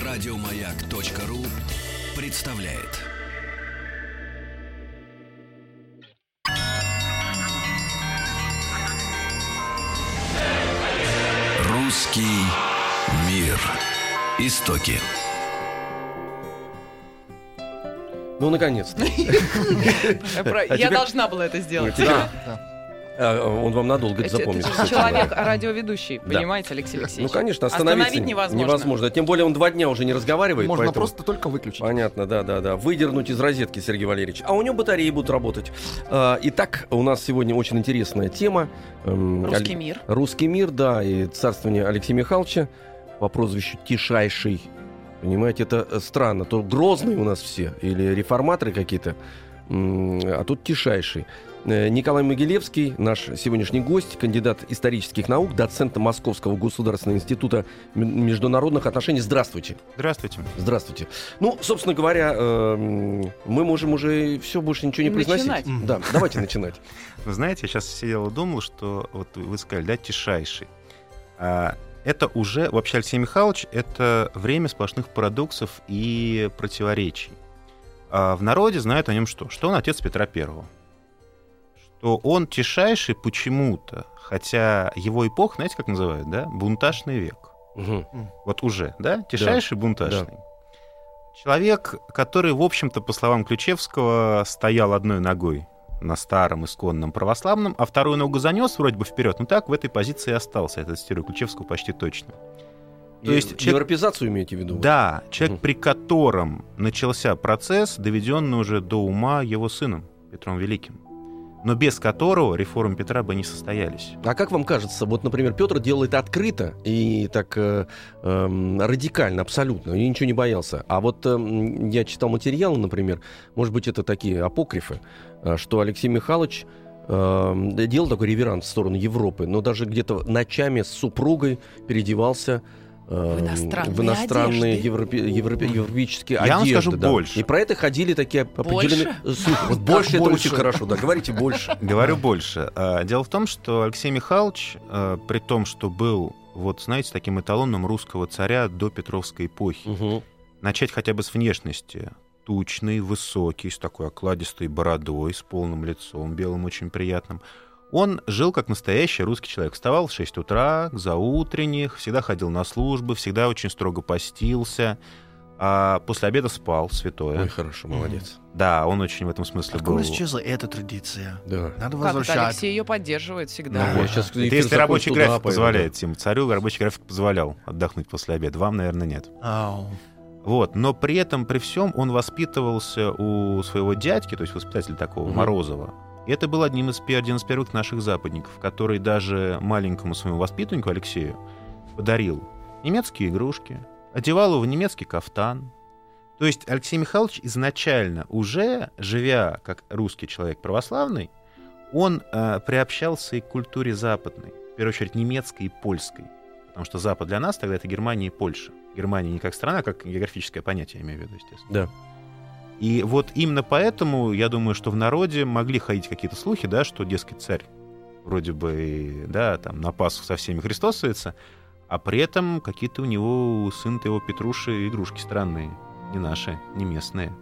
Радиомаяк.ру представляет. Русский мир. Истоки. Ну, наконец-то. Я должна была это сделать. Он вам надолго это запомнит. Это человек радиоведущий, понимаете, Алексей Алексеевич? Ну, конечно, остановить невозможно. Тем более он 2 дня уже не разговаривает. Можно просто только выключить. Понятно, да. Выдернуть из розетки, Сергей Валерьевич. А у него батареи будут работать. Итак, у нас сегодня очень интересная тема. Русский мир. Русский мир, да, и царствование Алексея Михайловича по прозвищу Тишайший. Понимаете, это странно. То Грозные у нас все, или реформаторы какие-то, а тут Тишайший. Николай Могилевский, наш сегодняшний гость, кандидат исторических наук, доцент Московского государственного института международных отношений. Здравствуйте. Здравствуйте. Ну, собственно говоря, мы можем уже все, больше ничего не произносить. Да, давайте начинать. Вы знаете, я сейчас сидел и думал, что вот вы сказали, да, Тишайший. Это уже, вообще, Алексей Михайлович, это время сплошных парадоксов и противоречий. В народе знают о нем что? Что он отец Петра Первого. Что он Тишайший почему-то, хотя его эпоха, знаете, как называют, да? Бунтажный век. Угу. Вот уже, да? Тишайший, да. Бунтажный. Да. Человек, который, в общем-то, по словам Ключевского, стоял одной ногой на старом исконном православном, а вторую ногу занес вроде бы вперед, но так в этой позиции и остался. Это цитирую Ключевского почти точно. То есть европеизацию имеете в виду? Да, человек, при котором начался процесс, доведенный уже до ума его сыном Петром Великим, но без которого реформы Петра бы не состоялись. А как вам кажется, вот, например, Петр делал это открыто и так радикально, абсолютно, и ничего не боялся. А вот я читал материалы, например, может быть, это такие апокрифы, что Алексей Михайлович делал такой реверанс в сторону Европы, но даже где-то ночами с супругой переодевался в иностранные европейские одежды. Я вам скажу больше. И про это ходили такие определенные слухи. Вот больше это очень хорошо, да. Говорите больше. Говорю больше. Дело в том, что Алексей Михайлович, при том, что был, вот знаете, таким эталоном русского царя до Петровской эпохи, начать хотя бы с внешности. Тучный, высокий, с такой окладистой бородой, с полным лицом, белым, очень приятным. Он жил как настоящий русский человек. Вставал в 6 утра, к заутренних, всегда ходил на службы, всегда очень строго постился. А после обеда спал, святое. Ой, хорошо, молодец. Да, он очень в этом смысле был. Откуда исчезла эта традиция? Да. Надо Как возвращать. Алексей ее поддерживает всегда. Если рабочий график позволяет, Тим, царю рабочий график позволял отдохнуть после обеда. Вам, наверное, нет. Вот, но при этом, при всем, он воспитывался у своего дядьки, то есть воспитателя такого, Морозова. И это был один из первых наших западников, который даже маленькому своему воспитаннику Алексею подарил немецкие игрушки, одевал его в немецкий кафтан. То есть Алексей Михайлович изначально, уже живя как русский человек православный, он приобщался и к культуре западной, в первую очередь немецкой и польской. Потому что Запад для нас тогда это Германия и Польша. Германия не как страна, а как географическое понятие, я имею в виду, естественно. Да. И вот именно поэтому, я думаю, что в народе могли ходить какие-то слухи, да, что, дескать, царь вроде бы, да, там, на Пасху со всеми христосуется, а при этом какие-то у него, сын-то его Петруши, игрушки странные, не наши, не местные.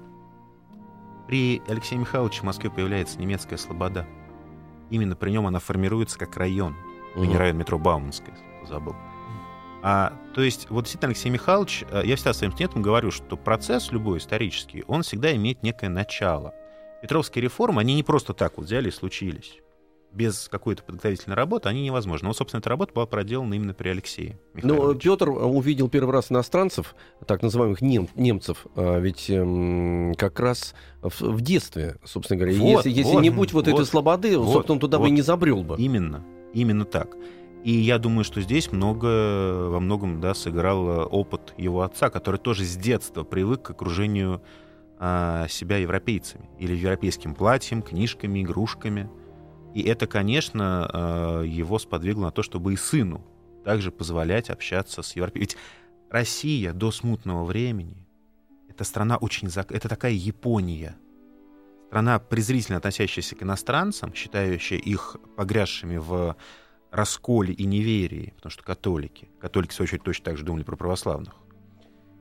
При Алексее Михайловиче в Москве появляется немецкая слобода. Именно при нем она формируется как район, не район метро Бауманская, если кто забыл. То есть, вот действительно, Алексей Михайлович, я всегда своим студентам говорю, что процесс любой исторический, он всегда имеет некое начало. Петровские реформы, они не просто так вот взяли и случились. Без какой-то подготовительной работы они невозможны. Вот, собственно, эта работа была проделана именно при Алексее Михайловиче. Но Петр увидел первый раз иностранцев, так называемых немцев, ведь как раз в детстве, собственно говоря. Вот, если не будь этой слободы, собственно, он туда бы и не забрел бы. Именно так. И я думаю, что здесь во многом, да, сыграл опыт его отца, который тоже с детства привык к окружению себя европейцами. Или европейским платьем, книжками, игрушками. И это, конечно, его сподвигло на то, чтобы и сыну также позволять общаться с европейцами. Ведь Россия до смутного времени — это страна очень... Это такая Япония. Страна, презрительно относящаяся к иностранцам, считающая их погрязшими в расколе и неверии, потому что католики, в свою очередь, точно так же думали про православных.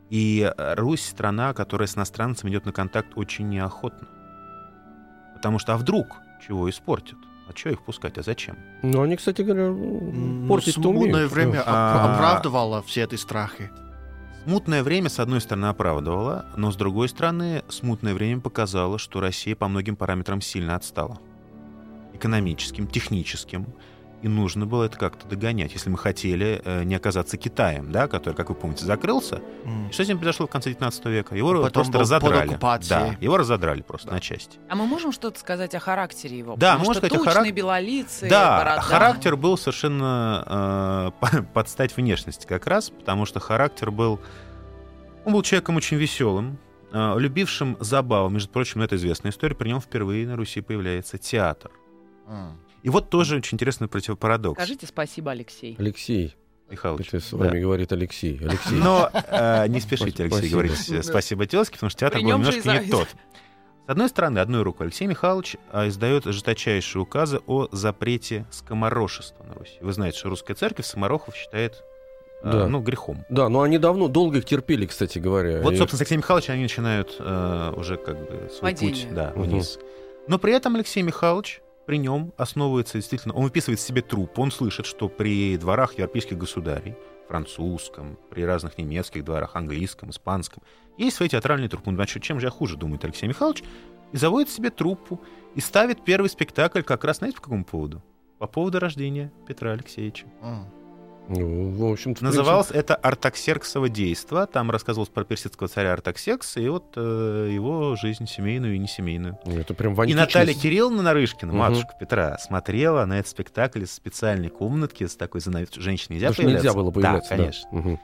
И Русь — страна, которая с иностранцами идет на контакт очень неохотно. Потому что, а вдруг чего испортят? А что их пускать? А зачем? Ну, они, кстати говоря, портить-то умеют. Смутное время оправдывало все эти страхи. Смутное время, с одной стороны, оправдывало, но, с другой стороны, смутное время показало, что Россия по многим параметрам сильно отстала. Экономическим, техническим. И нужно было это как-то догонять, если мы хотели не оказаться Китаем, да, который, как вы помните, закрылся. И что с ним произошло в конце 19 века? Его Потом просто разодрали. Да, его разодрали просто на части. А мы можем что-то сказать о характере его? Да, Потому можно что сказать о тучный, белолицый, Да, борода. характер был совершенно под стать внешности как раз, потому что характер был... Он был человеком очень веселым, любившим забаву. Между прочим, это известная история, при нем впервые на Руси появляется театр. И вот тоже очень интересный парадокс. Скажите спасибо, Алексей. Алексей. Михайлович. Это с вами говорит Алексей. Но не спешите, Алексей, Спасибо. говорить спасибо тезке, потому что театр При был нем же немножко и не тот. С одной стороны, одной рукой Алексей Михайлович издает жесточайшие указы о запрете скоморошества на Руси. Вы знаете, что русская церковь скоморохов считает грехом. Да, но они долго их терпели, кстати говоря. Вот, собственно, с Алексеем Михайловичем они начинают уже как бы свой Падение. путь вниз. Но при этом Алексей Михайлович при нем основывается действительно, он выписывает себе труп, он слышит, что при дворах европейских государей, французском, при разных немецких дворах, английском, испанском, есть свои театральные труппы. Значит, чем же я хуже, думает Алексей Михайлович, и заводит себе труппу, и ставит первый спектакль как раз, знаете, по какому поводу? По поводу рождения Петра Алексеевича. Ну, в общем-то, Называлось это «Артаксерксово действо». Там рассказывалось про персидского царя Артаксеркса и вот его жизнь семейную и несемейную. Это прям в И античность. Наталья Кирилловна Нарышкина, матушка Петра, смотрела на этот спектакль из специальной комнатки с такой занавесью. Женщине нельзя Потому что появляться. нельзя было появляться. Да, конечно. Мгм.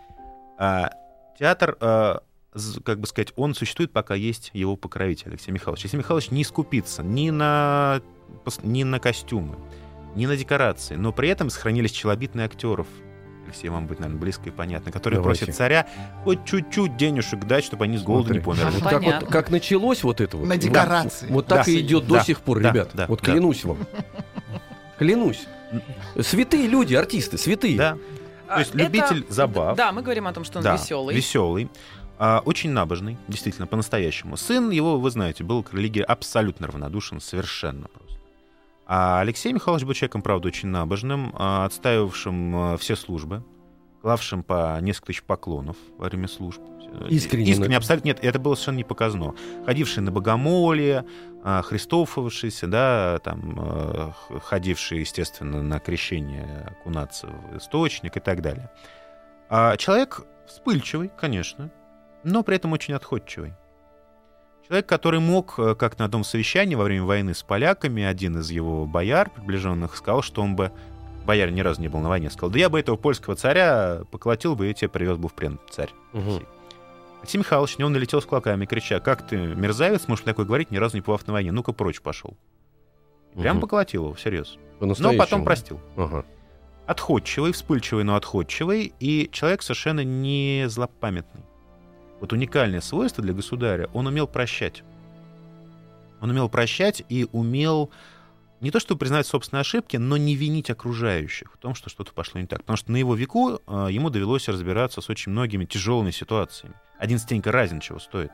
Театр, как бы сказать, он существует, пока есть его покровитель Алексей Михайлович. Алексей Михайлович не скупится ни на костюмы, ни на декорации, но при этом сохранились челобитные актеров. Алексей, вам будет, наверное, близко и понятно, которые Давайте. просят царя хоть чуть-чуть денежек дать, чтобы они с голоду не померли. Вот Понятно. как началось вот это вот. На декорации. Вот так Да. и идет до Да. сих пор, Да. ребят. Да. Вот Да. клянусь вам. Клянусь. Святые люди, артисты, святые. Да. То есть любитель забав. Да, мы говорим о том, что он Да, веселый. веселый. Очень набожный, действительно, по-настоящему. Сын его, вы знаете, был к религии абсолютно равнодушен, совершенно просто. А Алексей Михайлович был человеком, правда, очень набожным, отстаивавшим все службы, клавшим по несколько тысяч поклонов во время служб. Искренне. Абсолютно. Нет, это было совершенно не показно. Ходивший на богомолье, христофовавшийся, да, там, ходивший, естественно, на крещение, окунаться в источник и так далее. Человек вспыльчивый, конечно, но при этом очень отходчивый. Человек, который мог, как на одном совещании во время войны с поляками, один из его бояр, приближенных, сказал, что он бы, бояр ни разу не был на войне, сказал, да я бы этого польского царя поколотил бы и тебе привез бы в плен, царь. Мгм. Алексей Михайлович на него налетел с кулаками, крича, как ты, мерзавец, можешь такое говорить, ни разу не побывав на войне, ну-ка прочь пошел. Прям Мгм. поколотил его, всерьез. Но По-настоящему. потом простил. Ага. Отходчивый, вспыльчивый, но отходчивый, и человек совершенно не злопамятный. Вот уникальное свойство для государя, он умел прощать. Он умел прощать и умел не то чтобы признать собственные ошибки, но не винить окружающих в том, что что-то пошло не так. Потому что на его веку ему довелось разбираться с очень многими тяжелыми ситуациями. Один Стенька Разин чего стоит.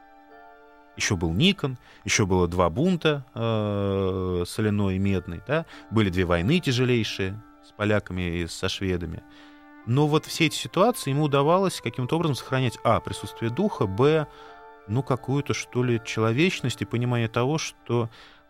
Еще был Никон, еще было 2 бунта, соляной и медный, да? Были 2 войны тяжелейшие с поляками и со шведами. Но вот все эти ситуации ему удавалось каким-то образом сохранять, присутствие духа, какую-то, что ли, человечность и понимание того, что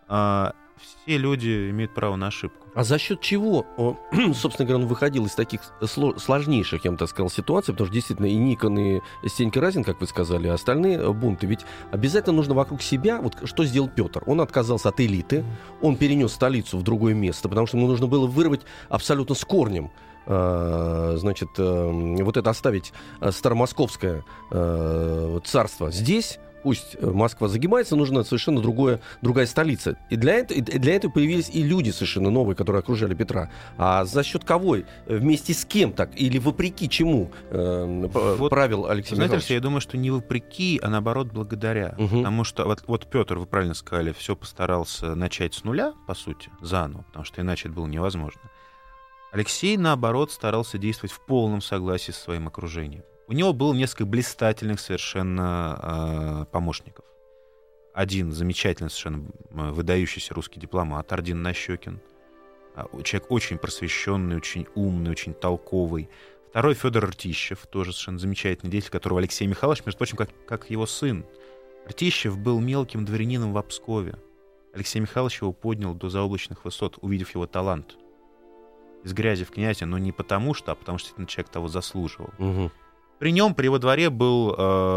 все люди имеют право на ошибку. А за счет чего, собственно говоря, он выходил из таких сложнейших, я бы так сказал, ситуаций, потому что действительно и Никон, и Стенька Разин, как вы сказали, а остальные бунты, ведь обязательно нужно вокруг себя, вот что сделал Петр, он отказался от элиты, он перенес столицу в другое место, потому что ему нужно было вырвать абсолютно с корнем, значит, вот это оставить старомосковское царство здесь. Пусть Москва загибается, нужна совершенно другая столица. И для этого появились и люди совершенно новые, которые окружали Петра. А за счет кого? Вместе с кем так? Или вопреки чему правил Алексей Знаете, Михайлович? Алексей, я думаю, что не вопреки, а наоборот благодаря. Угу. Потому что вот Петр, вы правильно сказали, все постарался начать с нуля, по сути, заново, потому что иначе это было невозможно. Алексей, наоборот, старался действовать в полном согласии со своим окружением. У него было несколько блистательных совершенно помощников. Один замечательный, совершенно выдающийся русский дипломат Ардин Нащекин. Человек очень просвещенный, очень умный, очень толковый. Второй — Федор Ртищев, тоже совершенно замечательный деятель, которого Алексей Михайлович, между прочим, как его сын. Ртищев был мелким дворянином в Пскове. Алексей Михайлович его поднял до заоблачных высот, увидев его талант. Из грязи в князя, но не потому что, а потому что этот человек того заслуживал. Угу. При нем, при его дворе был,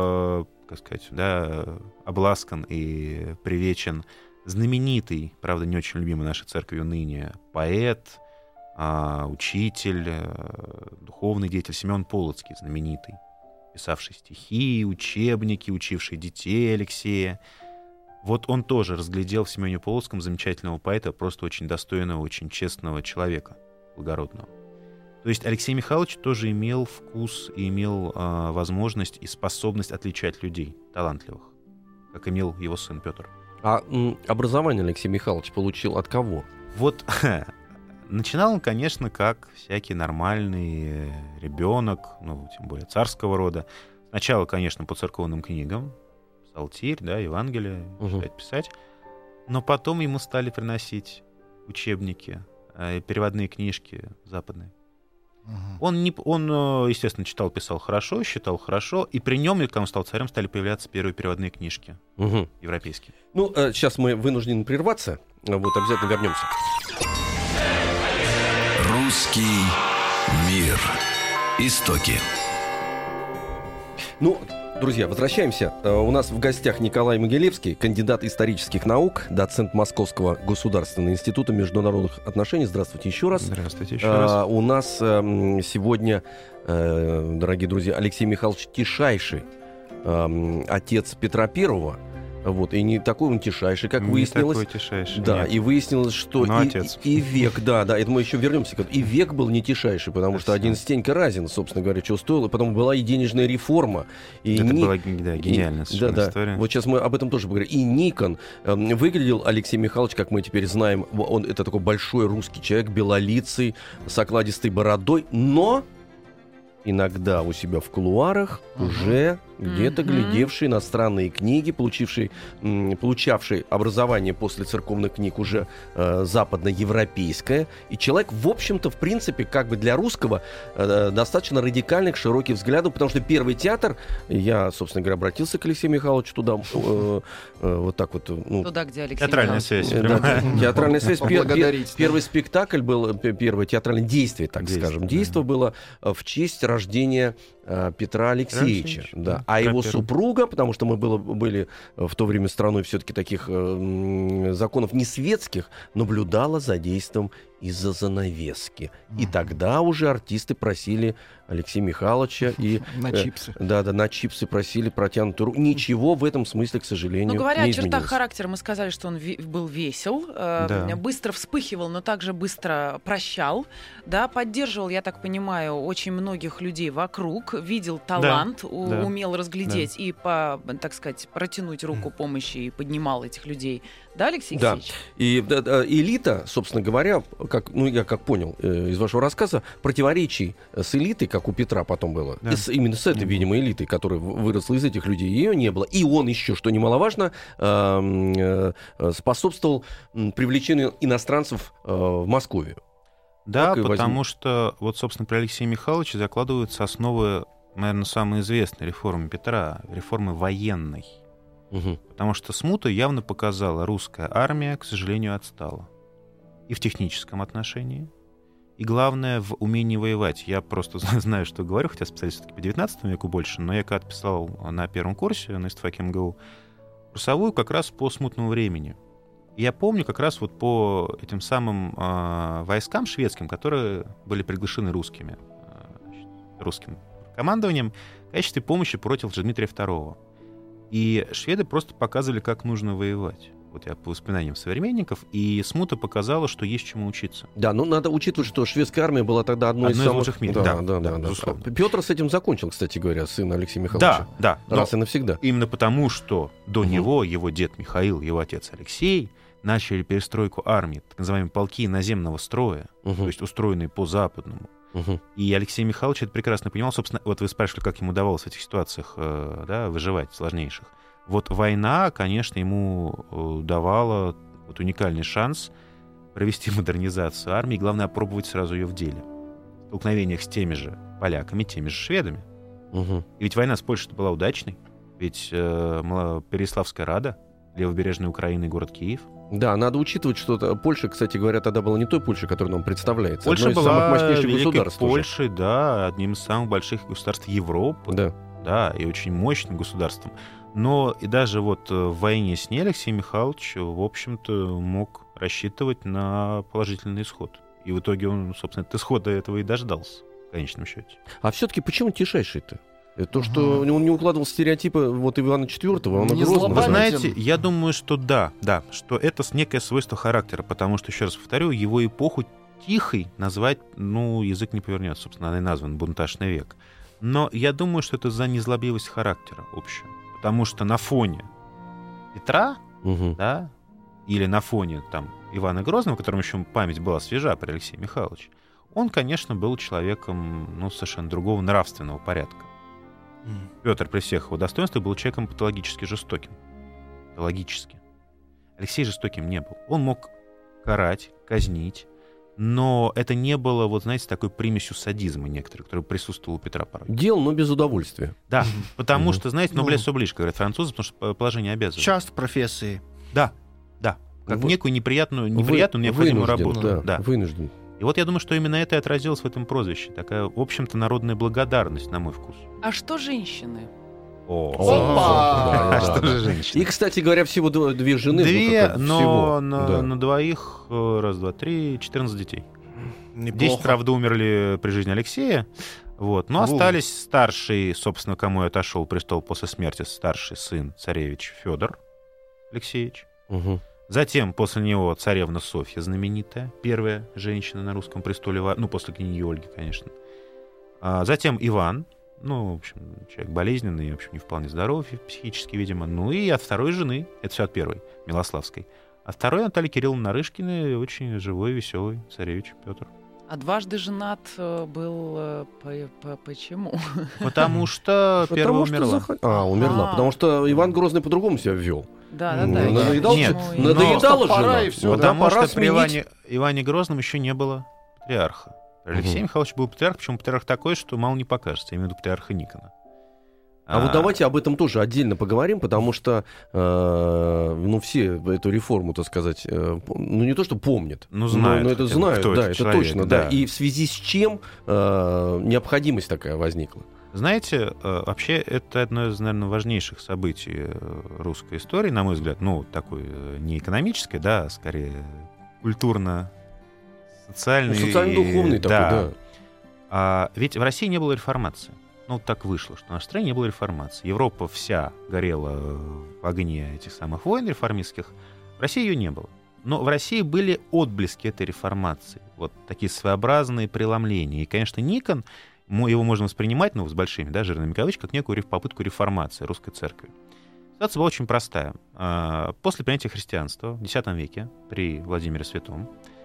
обласкан и привечен знаменитый, правда, не очень любимый нашей церковью ныне, поэт, учитель, духовный деятель Семен Полоцкий, знаменитый, писавший стихи, учебники, учивший детей Алексея. Вот он тоже разглядел в Семене Полоцком замечательного поэта, просто очень достойного, очень честного человека, благородного. То есть Алексей Михайлович тоже имел вкус и имел возможность и способность отличать людей, талантливых, как имел его сын Петр. А образование Алексей Михайлович получил от кого? Вот начинал он, конечно, как всякий нормальный ребенок, ну, тем более царского рода. Сначала, конечно, по церковным книгам, псалтирь, да, Евангелие, читать, писать. Но потом ему стали приносить учебники, переводные книжки западные. Он, естественно, читал, писал хорошо, считал хорошо, и при нем, когда он стал царем, стали появляться первые переводные книжки европейские. Ну, сейчас мы вынуждены прерваться, вот обязательно вернемся. Русский мир. Истоки. Ну, друзья, возвращаемся. У нас в гостях Николай Могилевский, кандидат исторических наук, доцент Московского государственного института международных отношений. Здравствуйте еще раз. Здравствуйте еще раз. У нас сегодня, дорогие друзья, Алексей Михайлович Тишайший, отец Петра Первого. Вот, и не такой он тишайший, как выяснилось. Не такой тишайший, да, нет. И выяснилось, что и век, да, это мы еще вернемся. И век был не тишайший, потому что один Стенька Разин, собственно говоря, что стоил, и потом была и денежная реформа. И это была гениальная история. Вот сейчас мы об этом тоже поговорим. И Никон выглядел Алексей Михайлович, как мы теперь знаем, это такой большой русский человек, белолицый, с окладистой бородой, но иногда у себя в кулуарах уже где-то глядевший иностранные книги, получавший образование после церковных книг уже западноевропейское. И человек, в общем-то, в принципе, как бы для русского достаточно радикальных, широких взглядов, потому что первый театр, я, собственно говоря, обратился к Алексею Михайловичу туда, вот так вот. Туда, где Алексей Театральная связь. Театральная связь. Первый спектакль был, первое театральное действие, так скажем. Действо было в честь рождения Петра Алексеевича. Да. А его супруга, потому что мы были в то время страной все-таки таких законов не светских, наблюдала за действом из-за занавески. И тогда уже артисты просили Алексея Михайловича и на чипсы. На чипсы просили протянутую руку. Ничего в этом смысле, к сожалению, не изменилось. Но говоря о чертах изменилось. Характера, мы сказали, что он был весел, быстро вспыхивал, но также быстро прощал, да, поддерживал, я так понимаю, очень многих людей вокруг, видел талант, умел разглядеть и, так сказать, протянуть руку помощи и поднимал этих людей. Да, Алексей Алексеевич? И элита, собственно говоря, я как понял из вашего рассказа, противоречий с элитой, как у Петра потом было, именно с этой, видимо, элитой, которая выросла из этих людей, ее не было. И он еще, что немаловажно, способствовал привлечению иностранцев в Московию. Да, потому что, вот, собственно, при Алексее Михайловиче закладываются основы, наверное, самой известной реформы Петра, реформы военной. Потому что смута явно показала, русская армия, к сожалению, отстала. И в техническом отношении, и, главное, в умении воевать. Я просто знаю, что говорю, хотя специалист все-таки по 19 веку больше, но я когда писал на первом курсе на истфаке МГУ курсовую как раз по смутному времени. И я помню как раз вот по этим самым войскам шведским, которые были приглашены русским командованием в качестве помощи против Дмитрия II. И шведы просто показывали, как нужно воевать. Вот я по воспоминаниям современников, и смута показала, что есть чему учиться. Да, но надо учитывать, что шведская армия была тогда одной из самых лучших в мире. Да. Петр с этим закончил, кстати говоря, сын Алексея Михайловича. Да. Раз и навсегда. Именно потому, что до него его дед Михаил, его отец Алексей начали перестройку армии, так называемые полки наземного строя, то есть устроенные по западному И Алексей Михайлович это прекрасно понимал. Собственно, вот вы спрашивали, как ему удавалось в этих ситуациях выживать, сложнейших. Вот война, конечно, ему давала вот уникальный шанс провести модернизацию армии, и, главное, опробовать сразу ее в деле. В столкновениях с теми же поляками, теми же шведами. И ведь война с Польшей была удачной. Ведь Переяславская Рада, левобережная Украина и город Киев. Да, надо учитывать, что Польша, кстати говоря, тогда была не той Польшей, которая нам представляется. Польша была самых мощнейших государств. Польшей, да, одним из самых больших государств Европы. Да. Да, и очень мощным государством. Но и даже вот в войне с ней Алексей Михайлович, в общем-то, мог рассчитывать на положительный исход. И в итоге он, собственно, от исхода этого и дождался, в конечном счете. А все-таки почему тишайший-то? То, что он не укладывал стереотипы вот Ивана IV, он Грозного. Вы знаете, я думаю, что да, что это некое свойство характера, потому что, еще раз повторю, его эпоху тихой назвать, язык не повернется, собственно, она и названа «Бунтажный век». Но я думаю, что это за незлобивость характера общую. Потому что на фоне Петра, да, или на фоне там Ивана Грозного, которому еще память была свежа при Алексее Михайловиче, он, конечно, был человеком совершенно другого нравственного порядка. Петр при всех его достоинствах был человеком патологически жестоким. Патологически. Алексей жестоким не был. Он мог карать, казнить, но это не было, вот знаете, такой примесью садизма некоторых, который присутствовал у Петра порой. Делал, но без удовольствия. Да, потому что, знаете, noblesse oblige, говорят французы, потому что положение обязывает. Часть профессии. Да. Как некую неприятную необходимую работу. Да, вынужден. И вот я думаю, что именно это и отразилось в этом прозвище. Такая, в общем-то, народная благодарность, на мой вкус. А что женщины? А что же женщины? И, кстати говоря, всего две жены. Но на двоих, раз, два, три, 14 детей. 10, правда, умерли при жизни Алексея. Вот. Но остались старший, собственно, кому отошел престол после смерти, старший сын царевич Федор Алексеевич. Затем после него царевна Софья знаменитая, первая женщина на русском престоле, после княгини Ольги, конечно. Затем Иван, в общем, человек болезненный, в общем, не вполне здоровый психически, видимо. И от второй жены, это все от первой, Милославской. А второй Наталья Кирилловна Нарышкина, очень живой, веселый царевич Петр. А дважды женат был почему? Потому что первая умерла. Умерла. Потому что Иван Грозный по-другому себя вел. Да. Надоедала жена. Потому что при Иване Грозном еще не было патриарха. Алексей Михайлович был патриарх, причем патриарх такой, что мало не покажется. Я имею в виду патриарха Никона. Вот давайте об этом тоже отдельно поговорим, потому что все эту реформу, так сказать, не то что помнят, знают. Но это знают, это человек, точно. Да. И в связи с чем необходимость такая возникла? Знаете, вообще это одно из, наверное, важнейших событий русской истории, на мой взгляд. Такое не экономическое, а скорее культурно-социальный. Социально-духовный такой, да. Ведь в России не было реформации. Так вышло, что в нашей стране не было реформации. Европа вся горела в огне этих самых войн реформистских. В России ее не было. Но в России были отблески этой реформации. Вот такие своеобразные преломления. И, конечно, Никон, его можно воспринимать, с большими, жирными кавычками, как некую попытку реформации русской церкви. Ситуация была очень простая. После принятия христианства в X веке при Владимире Святом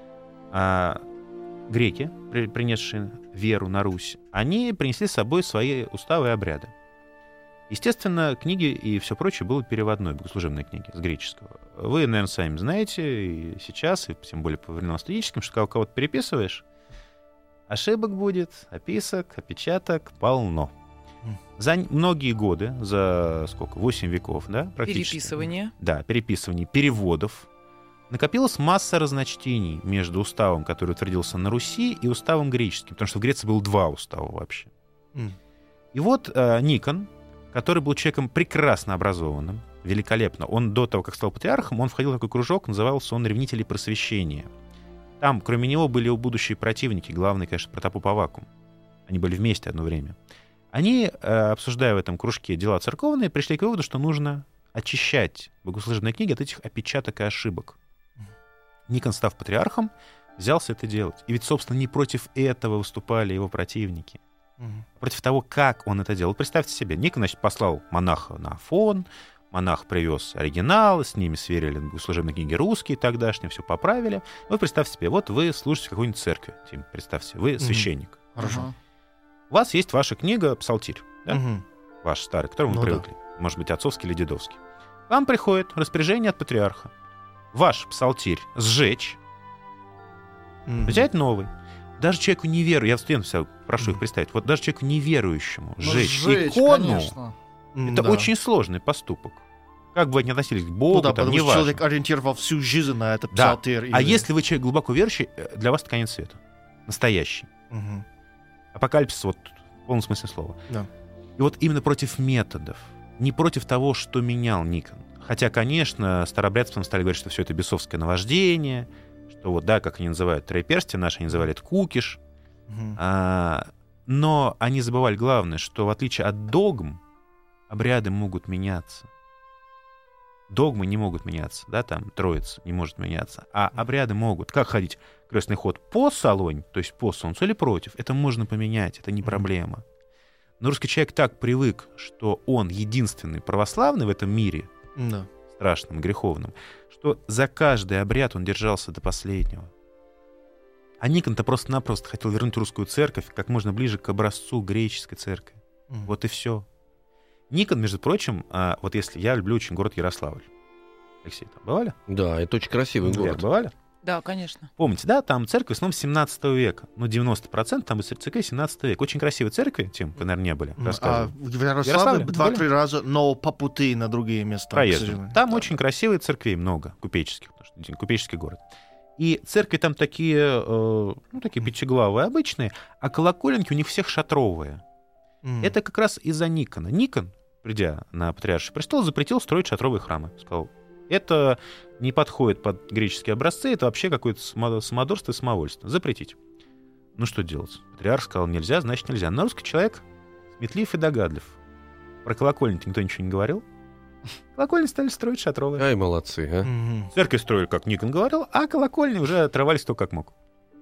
греки, принесшие веру на Русь, они принесли с собой свои уставы и обряды. Естественно, книги и все прочее было переводной, богослужебные книги с греческого. Вы, наверное, сами знаете, и сейчас, и тем более по временам студенческим, что когда у кого-то переписываешь, ошибок будет, описок, опечаток полно. За многие годы, за 8 веков, практически. Переписывание. Да, переписывание, переводов. Накопилась масса разночтений между уставом, который утвердился на Руси, и уставом греческим, потому что в Греции было 2 устава вообще. И вот Никон, который был человеком прекрасно образованным, великолепно, он до того, как стал патриархом, он входил в такой кружок, назывался он «Ревнители просвещения». Там, кроме него, были его будущие противники, главный, конечно, протопоп Аввакум. Они были вместе одно время. Они, обсуждая в этом кружке дела церковные, пришли к выводу, что нужно очищать богослужебные книги от этих опечаток и ошибок. Никон, став патриархом, взялся это делать. И ведь, собственно, не против этого выступали его противники. Против того, как он это делал. Представьте себе, Никон, послал монаха на Афон, монах привез оригиналы, с ними сверили богослужебные книги русские тогдашние, все поправили. Вот представьте себе, вот вы служите в какой-нибудь церкви, представьте себе, вы священник. Хорошо. У вас есть ваша книга «Псалтирь», да? Мгм. Ваш старый, к которому вы Ну да. привыкли. Может быть, отцовский или дедовский. Вам приходит распоряжение от патриарха. Ваш псалтирь сжечь, Мгм. взять новый. Даже человеку неверующему, я студентов всегда прошу их представить, вот даже человеку неверующему сжечь икону, конечно. это Да. очень сложный поступок. Как бы вы ни относились к Богу, Ну да, там, потому что неважно. человек ориентировал всю жизнь на это Да. псалтырь. А или- если вы человек глубоко верующий, для вас это конец света. Настоящий. Мгм. Апокалипсис вот в полном смысле слова. Да. И вот именно против методов, не против того, что менял Никон. Хотя, конечно, старообрядцам стали говорить, что все это бесовское наваждение, что вот, да, как они называют троеперстие, наши они называли это кукиш. Мгм. Но они забывали главное, что в отличие от догм, обряды могут меняться. Догмы не могут меняться, да, там троица не может меняться, а обряды могут. Как ходить крестный ход по Солонь, то есть по солнцу, или против, это можно поменять, это не проблема. Но русский человек так привык, что он единственный православный в этом мире, Да. страшным, греховным, что за каждый обряд он держался до последнего. А Никон-то просто-напросто хотел вернуть русскую церковь как можно ближе к образцу греческой церкви. Мгм. Вот и все. Никон, между прочим, вот если я люблю очень город Ярославль. Алексей, там бывали? Да, это очень красивый Вера, город. бывали? Да, конечно. Помните, да, там церковь в основном 17 века. Ну, 90% там из церквей 17 века. Очень красивые церкви, Тим, вы, наверное, не были. А Рассказывал. в Ярославле Ярославле 2-3 раза, но по пути на другие места. к Проездом. сожалению. Там Да. очень красивые церквей много, купеческих, потому что купеческий город. И церкви там такие, такие пятиглавые, обычные, а колоколенки у них всех шатровые. Мгм. Это как раз из-за Никона. Никон, придя на патриарший престол, запретил строить шатровые храмы. Сказал, это не подходит под греческие образцы, это вообще какое-то самодурство и самовольство. Запретить. Ну что делать? Патриарх сказал, нельзя, значит нельзя. Но русский человек сметлив и догадлив. Про колокольни никто ничего не говорил. Колокольни стали строить шатровые. Ай, молодцы, а. Мгм. Церковь строили, как Никон говорил, а колокольни уже отрывались кто как мог.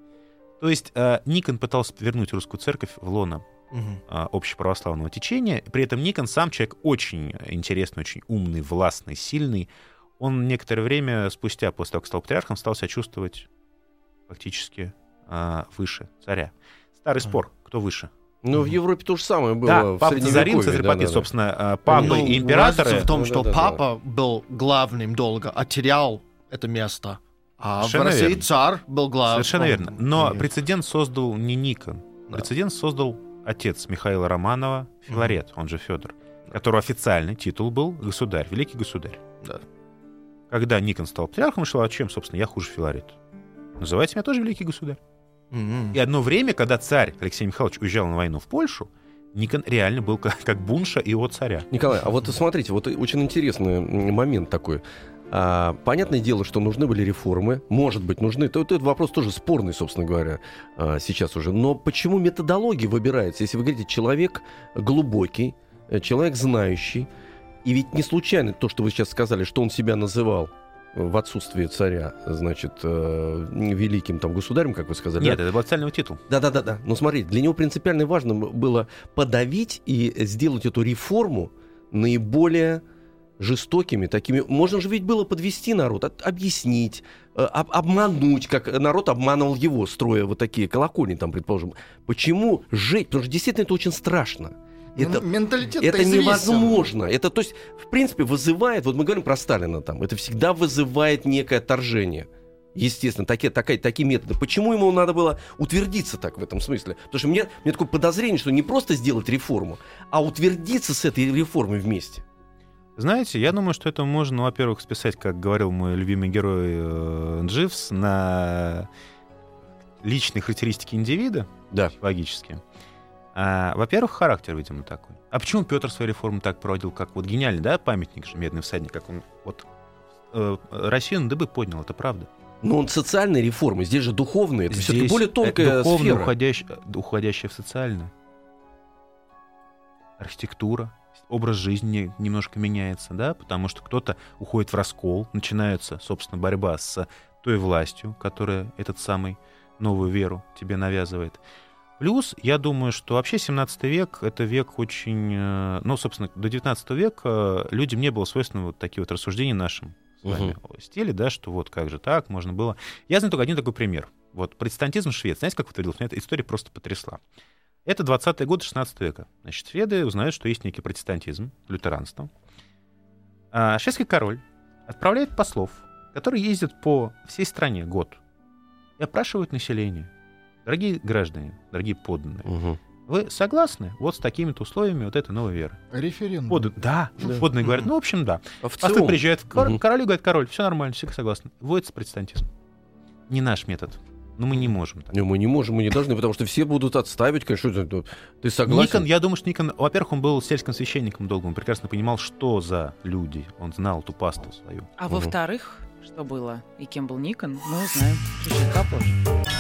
То есть Никон пытался вернуть русскую церковь в лоно Мгм. общеправославного течения. При этом Никон сам человек очень интересный, очень умный, властный, сильный. Он некоторое время спустя, после того, как стал патриархом, стал себя чувствовать фактически выше царя. Старый спор, кто выше. Ну, в Европе то же самое было Да, в папа Цезарин, Средневековье. Цезарь Да-да-да. Папин, собственно, папы Ну, и императоры. разница в том, что Да-да-да. папа был главным долго, а терял это место. А Совершенно в России верно. царь был главным. Совершенно верно. Но И- прецедент создал не Никон. Да. Прецедент создал отец Михаила Романова, Филарет, он же Федор, которого официальный титул был государь, великий государь. Да. Когда Никон стал патриархом, шел, а чем, собственно, я хуже Филарета? Называйте меня тоже великий государь. Мгм. И одно время, когда царь Алексей Михайлович уезжал на войну в Польшу, Никон реально был как Бунша и его царя. Николай, а вот смотрите, вот очень интересный момент такой. Понятное дело, что нужны были реформы, может быть, нужны. Этот вопрос тоже спорный, собственно говоря, сейчас уже. Но почему методология выбирается? Если вы говорите, человек глубокий, человек знающий, и ведь не случайно то, что вы сейчас сказали, что он себя называл в отсутствие царя, значит, великим там государем, как вы сказали. Нет, да? это был официальный титул. Да. Но смотрите, для него принципиально важно было подавить и сделать эту реформу наиболее жестокими такими. Можно же ведь было подвести народ, объяснить, обмануть, как народ обманывал его, строя вот такие колокольни, там, предположим. Почему жить? Потому что действительно это очень страшно. Это, Менталитет это невозможно. Это, то есть, в принципе, вызывает, вот мы говорим про Сталина там, это всегда вызывает некое отторжение. Естественно, такие методы. Почему ему надо было утвердиться так в этом смысле? Потому что мне такое подозрение, что не просто сделать реформу, а утвердиться с этой реформой вместе. Знаете, я думаю, что это можно, во-первых, списать, как говорил мой любимый герой Дживс, на личные характеристики индивида, Да. логические. Во-первых, характер, видимо, такой. А почему Петр свои реформы так проводил, как вот гениальный, да, памятник же, медный всадник, как он вот Россию на дыбы поднял, это правда. Но он социальные реформы, здесь же духовные, это все-таки более тонкая духовно сфера. уходящая в социальное. Архитектура, образ жизни немножко меняется, да, потому что кто-то уходит в раскол, начинается, собственно, борьба с той властью, которая этот самый новую веру тебе навязывает. Плюс, я думаю, что вообще 17 век — это век очень... Ну, собственно, до 19 века людям не было свойственно вот такие вот рассуждения нашим с вами стиле, да, что вот как же так, можно было... Я знаю только один такой пример. Вот протестантизм в Швеции, знаете, как утвердился? Меня эта история просто потрясла. Это 20-е годы 16 века. Значит, шведы узнают, что есть некий протестантизм, лютеранство. А шведский король отправляет послов, которые ездят по всей стране год и опрашивают население. Дорогие граждане, дорогие подданные, вы согласны вот с такими-то условиями вот этой новой веры? Референдум. Да. Подданные говорят, ну, в общем, да. Послы приезжают к королю, говорят, король, все нормально, все согласны. Вводится протестантизм. Не наш метод. Но мы не можем. Так. Мы не можем, мы не должны, потому что все будут отставить, конечно. Ты согласен? Никон, я думаю, что Никон, во-первых, он был сельским священником долго, он прекрасно понимал, что за люди, он знал эту паству свою. А во-вторых, что было и кем был Никон, мы узнаем чуть-чуть попозже.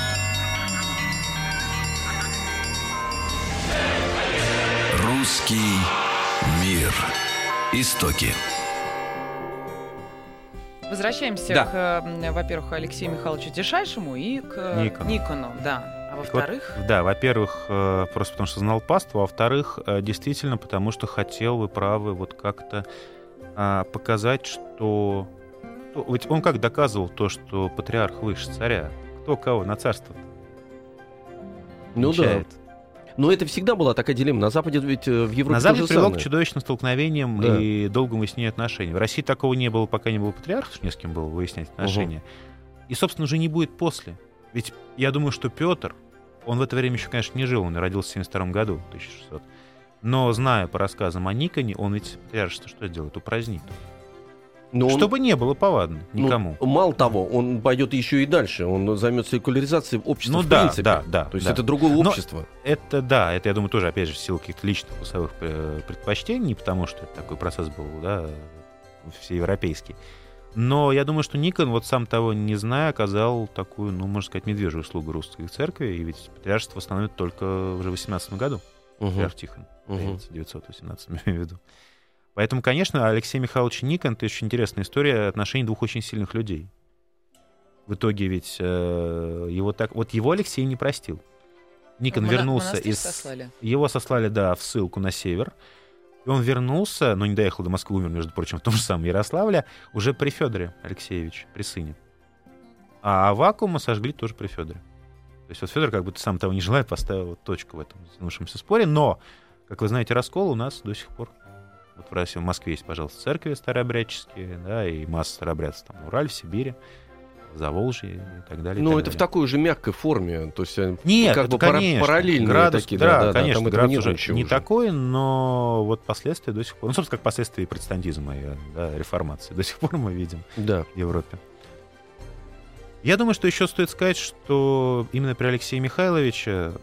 Русский мир. Истоки. Возвращаемся к, во-первых, Алексею Михайловичу Тишайшему и к Никону. Да. А во-вторых? Вот, да, во-первых, просто потому что знал паству, а во-вторых, действительно, потому что хотел, вы правы, вот как-то показать, что... Ведь он как доказывал то, что патриарх выше царя? Кто кого на царство? Ну да. Но это всегда была такая дилемма. На Западе ведь в Европе на Западе привело самое. К чудовищным столкновениям и долгому выяснению отношений. В России такого не было, пока не было патриарха, что не с кем было выяснять отношения. И, собственно, уже не будет после. Ведь я думаю, что Петр, он в это время еще, конечно, не жил, он родился в 1972 году, 1600. Но, зная по рассказам о Никоне, он ведь патриаршество что сделает? Упразднит. Но чтобы не было повадно никому. Ну, мало того, он пойдет еще и дальше. Он займется секуляризацией общества в принципе. Да. То есть это другое общество. Это, я думаю, тоже, опять же, в силу каких-то личных вкусовых предпочтений, не потому что такой процесс был, всеевропейский. Но я думаю, что Никон, вот сам того не зная, оказал такую, можно сказать, медвежью услугу русской церкви, и ведь патриаршество восстановит только уже в 18 году. Патриарх Тихон, 918, имею в виду. Поэтому, конечно, Алексей Михайлович Никон — это очень интересная история отношений двух очень сильных людей. В итоге ведь его Алексей не простил. Никон вернулся его сослали, в ссылку на север. И он вернулся, но не доехал до Москвы, умер, между прочим, в том же самом Ярославле, уже при Федоре Алексеевиче, при сыне. А Аввакума сожгли тоже при Федоре. То есть вот Федор, как будто сам того не желая, поставил точку в этом затянувшемся споре. Но, как вы знаете, раскол у нас до сих пор. Вот в России, в Москве есть, пожалуйста, церкви старообрядческие, и масса старообрядцев там, Ураль, в Сибири, Заволжье и так далее. Ну, это в такой же мягкой форме, то есть нет, как это, бы конечно, параллельные градус, такие. Конечно, градус уже не такой, но вот последствия до сих пор, собственно, как последствия протестантизма и реформации, до сих пор мы видим в Европе. Я думаю, что еще стоит сказать, что именно при Алексее Михайловиче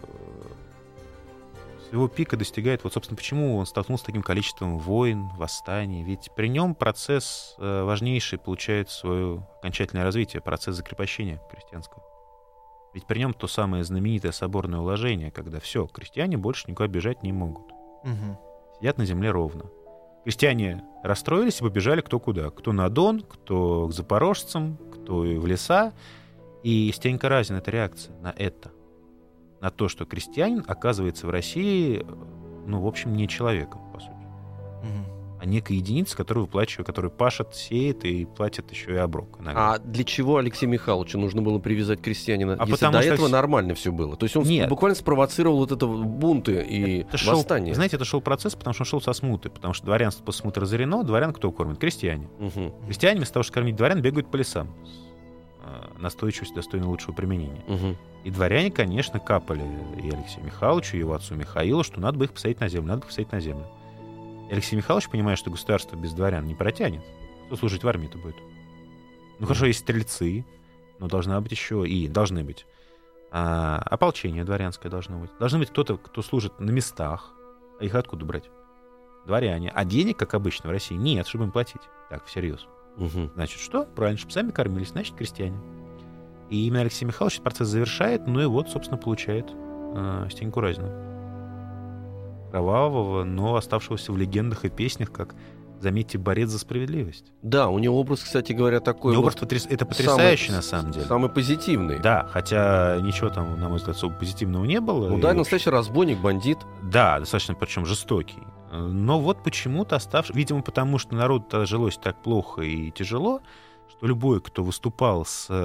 его пика достигает, собственно, почему он столкнулся с таким количеством войн, восстаний. Ведь при нем процесс важнейший получает свое окончательное развитие, процесс закрепощения крестьянского. Ведь при нем то самое знаменитое соборное уложение, когда все, крестьяне больше никуда бежать не могут. Сидят на земле ровно. Крестьяне расстроились и побежали кто куда. Кто на Дон, кто к запорожцам, кто в леса. И стенька разин — это реакция на это. На то, что крестьянин оказывается в России, в общем, не человеком, по сути. А некая единица, которую выплачивает, которая пашет, сеет и платит еще и оброк. А для чего Алексею Михайловичу нужно было привязать крестьянина, если до этого нормально все было? То есть он буквально спровоцировал вот это бунты и восстания. Знаете, это шел процесс, потому что он шел со смуты, потому что дворянство после смуты разорено, дворян кто кормит? Крестьяне. Крестьяне вместо того, чтобы кормить дворян, бегают по лесам. Настойчивость достойна лучшего применения. И дворяне, конечно, капали и Алексею Михайловичу, и его отцу Михаилу, что надо бы их посадить на землю, И Алексей Михайлович, понимая, что государство без дворян не протянет, кто служить в армии-то будет? Хорошо, есть стрельцы, но должны быть ополчение дворянское должно быть. Должны быть кто-то, кто служит на местах. А их откуда брать? Дворяне. А денег, как обычно в России, нет, чтобы им платить. Так, всерьез. Значит, что? Правильно, чтобы сами кормились, значит, крестьяне. И именно Алексей Михайлович этот процесс завершает, собственно, получает стеньку разину. Кровавого, но оставшегося в легендах и песнях, как, заметьте, борец за справедливость. Да, у него образ, кстати говоря, такой... Это потрясающий, на самом деле. Самый позитивный. Да, хотя ничего там, на мой взгляд, особо позитивного не было. Настоящий разбойник, бандит. Да, достаточно, причем жестокий. Но почему-то оставшийся... Видимо, потому что народу жилось так плохо и тяжело, что любой, кто выступал с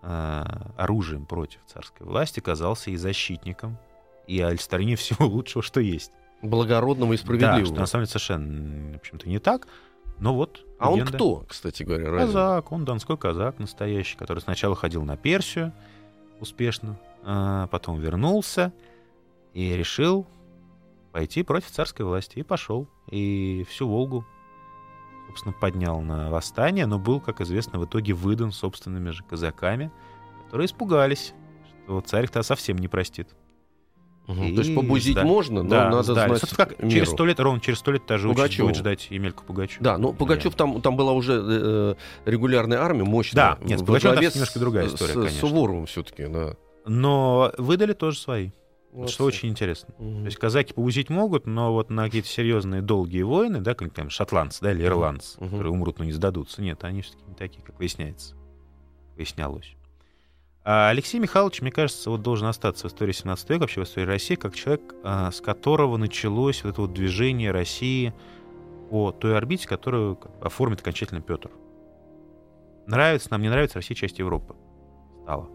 оружием против царской власти, казался и защитником, и олицетворением всего лучшего, что есть. Благородного и справедливого. Да, что на самом деле совершенно, в общем-то, не так. Но вот а легенда. Он кто, кстати говоря? Казак, он донской казак настоящий, который сначала ходил на Персию успешно, потом вернулся и решил пойти против царской власти. И пошел. И всю Волгу, собственно, поднял на восстание, но был, как известно, в итоге выдан собственными же казаками, которые испугались, что царь их-то совсем не простит. То есть побузить можно, но надо знать как через 100 лет, ровно через 100 лет та же участь будет ждать Емельку Пугачева. Да, но Пугачев там была уже регулярная армия, мощная. Да, нет, с Пугачевым немножко другая история, конечно. С Суворовым все-таки, да. Но выдали тоже свои, что очень интересно. То есть казаки побузить могут, но вот на какие-то серьезные долгие войны, да, как там шотландцы, да, или ирландцы, которые умрут, но не сдадутся, нет, они все-таки не такие, как выяснялось. А Алексей Михайлович, мне кажется, вот должен остаться в истории 17 века, вообще в истории России, как человек, с которого началось вот это вот движение России по той орбите, которую оформит окончательно Петр. Нравится нам, не нравится, Россия часть Европы стала.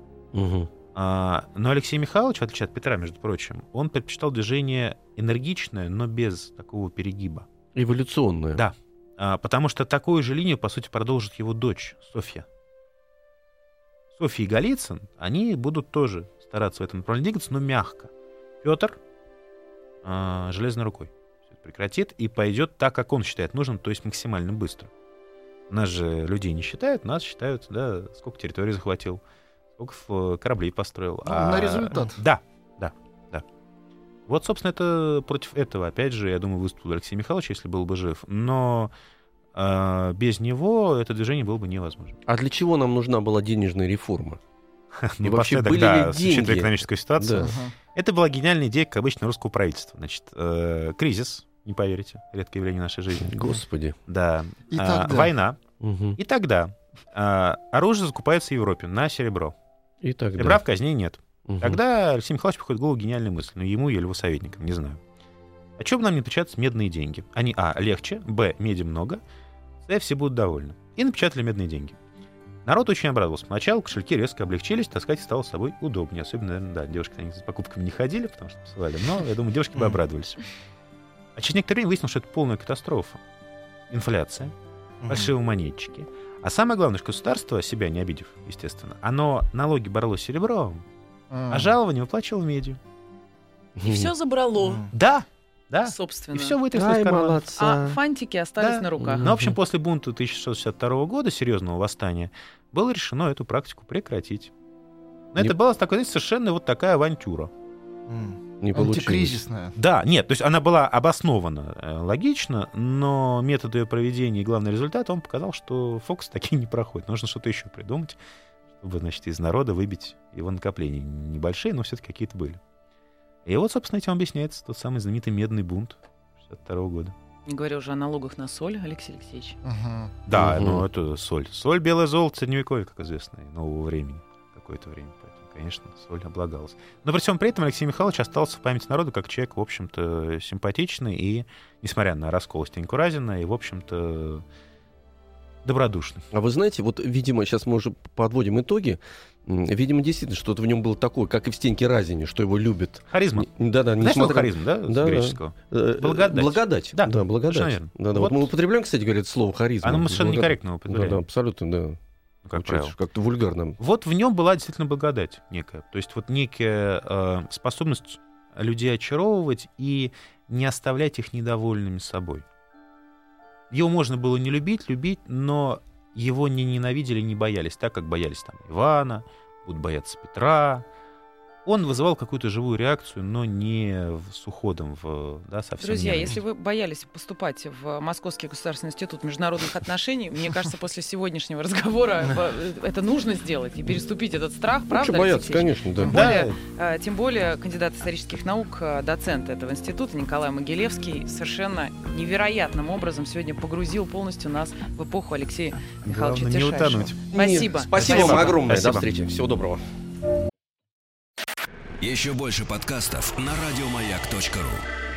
Но Алексей Михайлович, в отличие от Петра, между прочим, он предпочитал движение энергичное, но без такого перегиба. Эволюционное. Да, потому что такую же линию, по сути, продолжит его дочь Софья. Софья и Голицын, они будут тоже стараться в этом направлении двигаться, но мягко. Петр железной рукой все это прекратит и пойдет так, как он считает нужным, то есть максимально быстро. Нас же людей не считают, нас считают, да, сколько территорий захватил, сколько кораблей построил. На результат. Да. Вот, собственно, это против этого, опять же, я думаю, выступил Алексей Михайлович, если был бы жив. Но без него это движение было бы невозможно. А для чего нам нужна была денежная реформа? И вообще были ли деньги? Учитывая экономическую ситуацию. Это была гениальная идея, как обычно, русского правительства. Значит, кризис, не поверите, редкое явление нашей жизни. Господи. Да. Война. И тогда оружие закупается в Европе на серебро. И тогда. Серебра в казне нет. Тогда Алексей Михайлович приходит в голову гениальная мысль. Но ему или его советникам, не знаю. А чего бы нам не печатать медные деньги? Они, легче, меди много, все будут довольны. И напечатали медные деньги. Народ очень обрадовался. Поначалу кошельки резко облегчились, таскать стало с собой удобнее. Особенно, наверное, да, девушки они с покупками не ходили, потому что посылали. Но, я думаю, девушки бы обрадовались. А через некоторое время выяснилось, что это полная катастрофа. Инфляция, фальшивомонетчики. А самое главное, что государство, себя не обидев, естественно, оно налоги боролось серебром, а жалование выплачивало медью. И все забрало. Да. Собственно. И все вытрясло из кармана. А фантики остались на руках. Ну, в общем, после бунта 1662 года, серьезного восстания, было решено эту практику прекратить. Но это была такая, совершенно вот такая авантюра. Не получилось. Антикризисная. Да, нет, то есть она была обоснована логично, но метод ее проведения и главный результат, он показал, что фокус такие не проходит. Нужно что-то еще придумать, чтобы, значит, из народа выбить его накопления. Небольшие, но все-таки какие-то были. И вот, собственно, этим объясняется тот самый знаменитый медный бунт 1962 года. Не говоря уже о налогах на соль, Алексей Алексеевич. Да, ну это соль. Соль, белое золото, средневековье, как известно, и нового времени. Какое-то время, поэтому, конечно, соль облагалась. Но при всем при этом Алексей Михайлович остался в памяти народа как человек, в общем-то, симпатичный и, несмотря на раскол Стеньку Разина, и, в общем-то, добродушный. А вы знаете, вот, видимо, сейчас мы уже подводим итоги. Видимо, действительно, что-то в нем было такое, как и в Стеньке Разине, что его любят. Харизма. Да-да, не смотря... харизма, да, с греческого? Благодать. Благодать. Да, благодать. Да, вот мы употребляем, кстати говоря, это слово харизма. Оно совершенно некорректно употребляем. Да, абсолютно, да. Как правило. Как-то вульгарно. Вот в нем была действительно благодать некая. То есть вот некая способность людей очаровывать и не оставлять их недовольными собой. Его можно было не любить, но его не ненавидели, не боялись, так как боялись там Ивана, будут бояться Петра. Он вызывал какую-то живую реакцию, но не с уходом в совсем. Друзья, если вы боялись поступать в Московский государственный институт международных отношений, мне кажется, после сегодняшнего разговора это нужно сделать и переступить этот страх, правда? Бояться, конечно, да. Тем более кандидат исторических наук, доцент этого института Николай Могилевский совершенно невероятным образом сегодня погрузил полностью нас в эпоху Алексея Михайловича Тишайшего. Не утонуть. Спасибо. Спасибо вам огромное. До встречи. Всего доброго. Еще больше подкастов на радиомаяк.ру.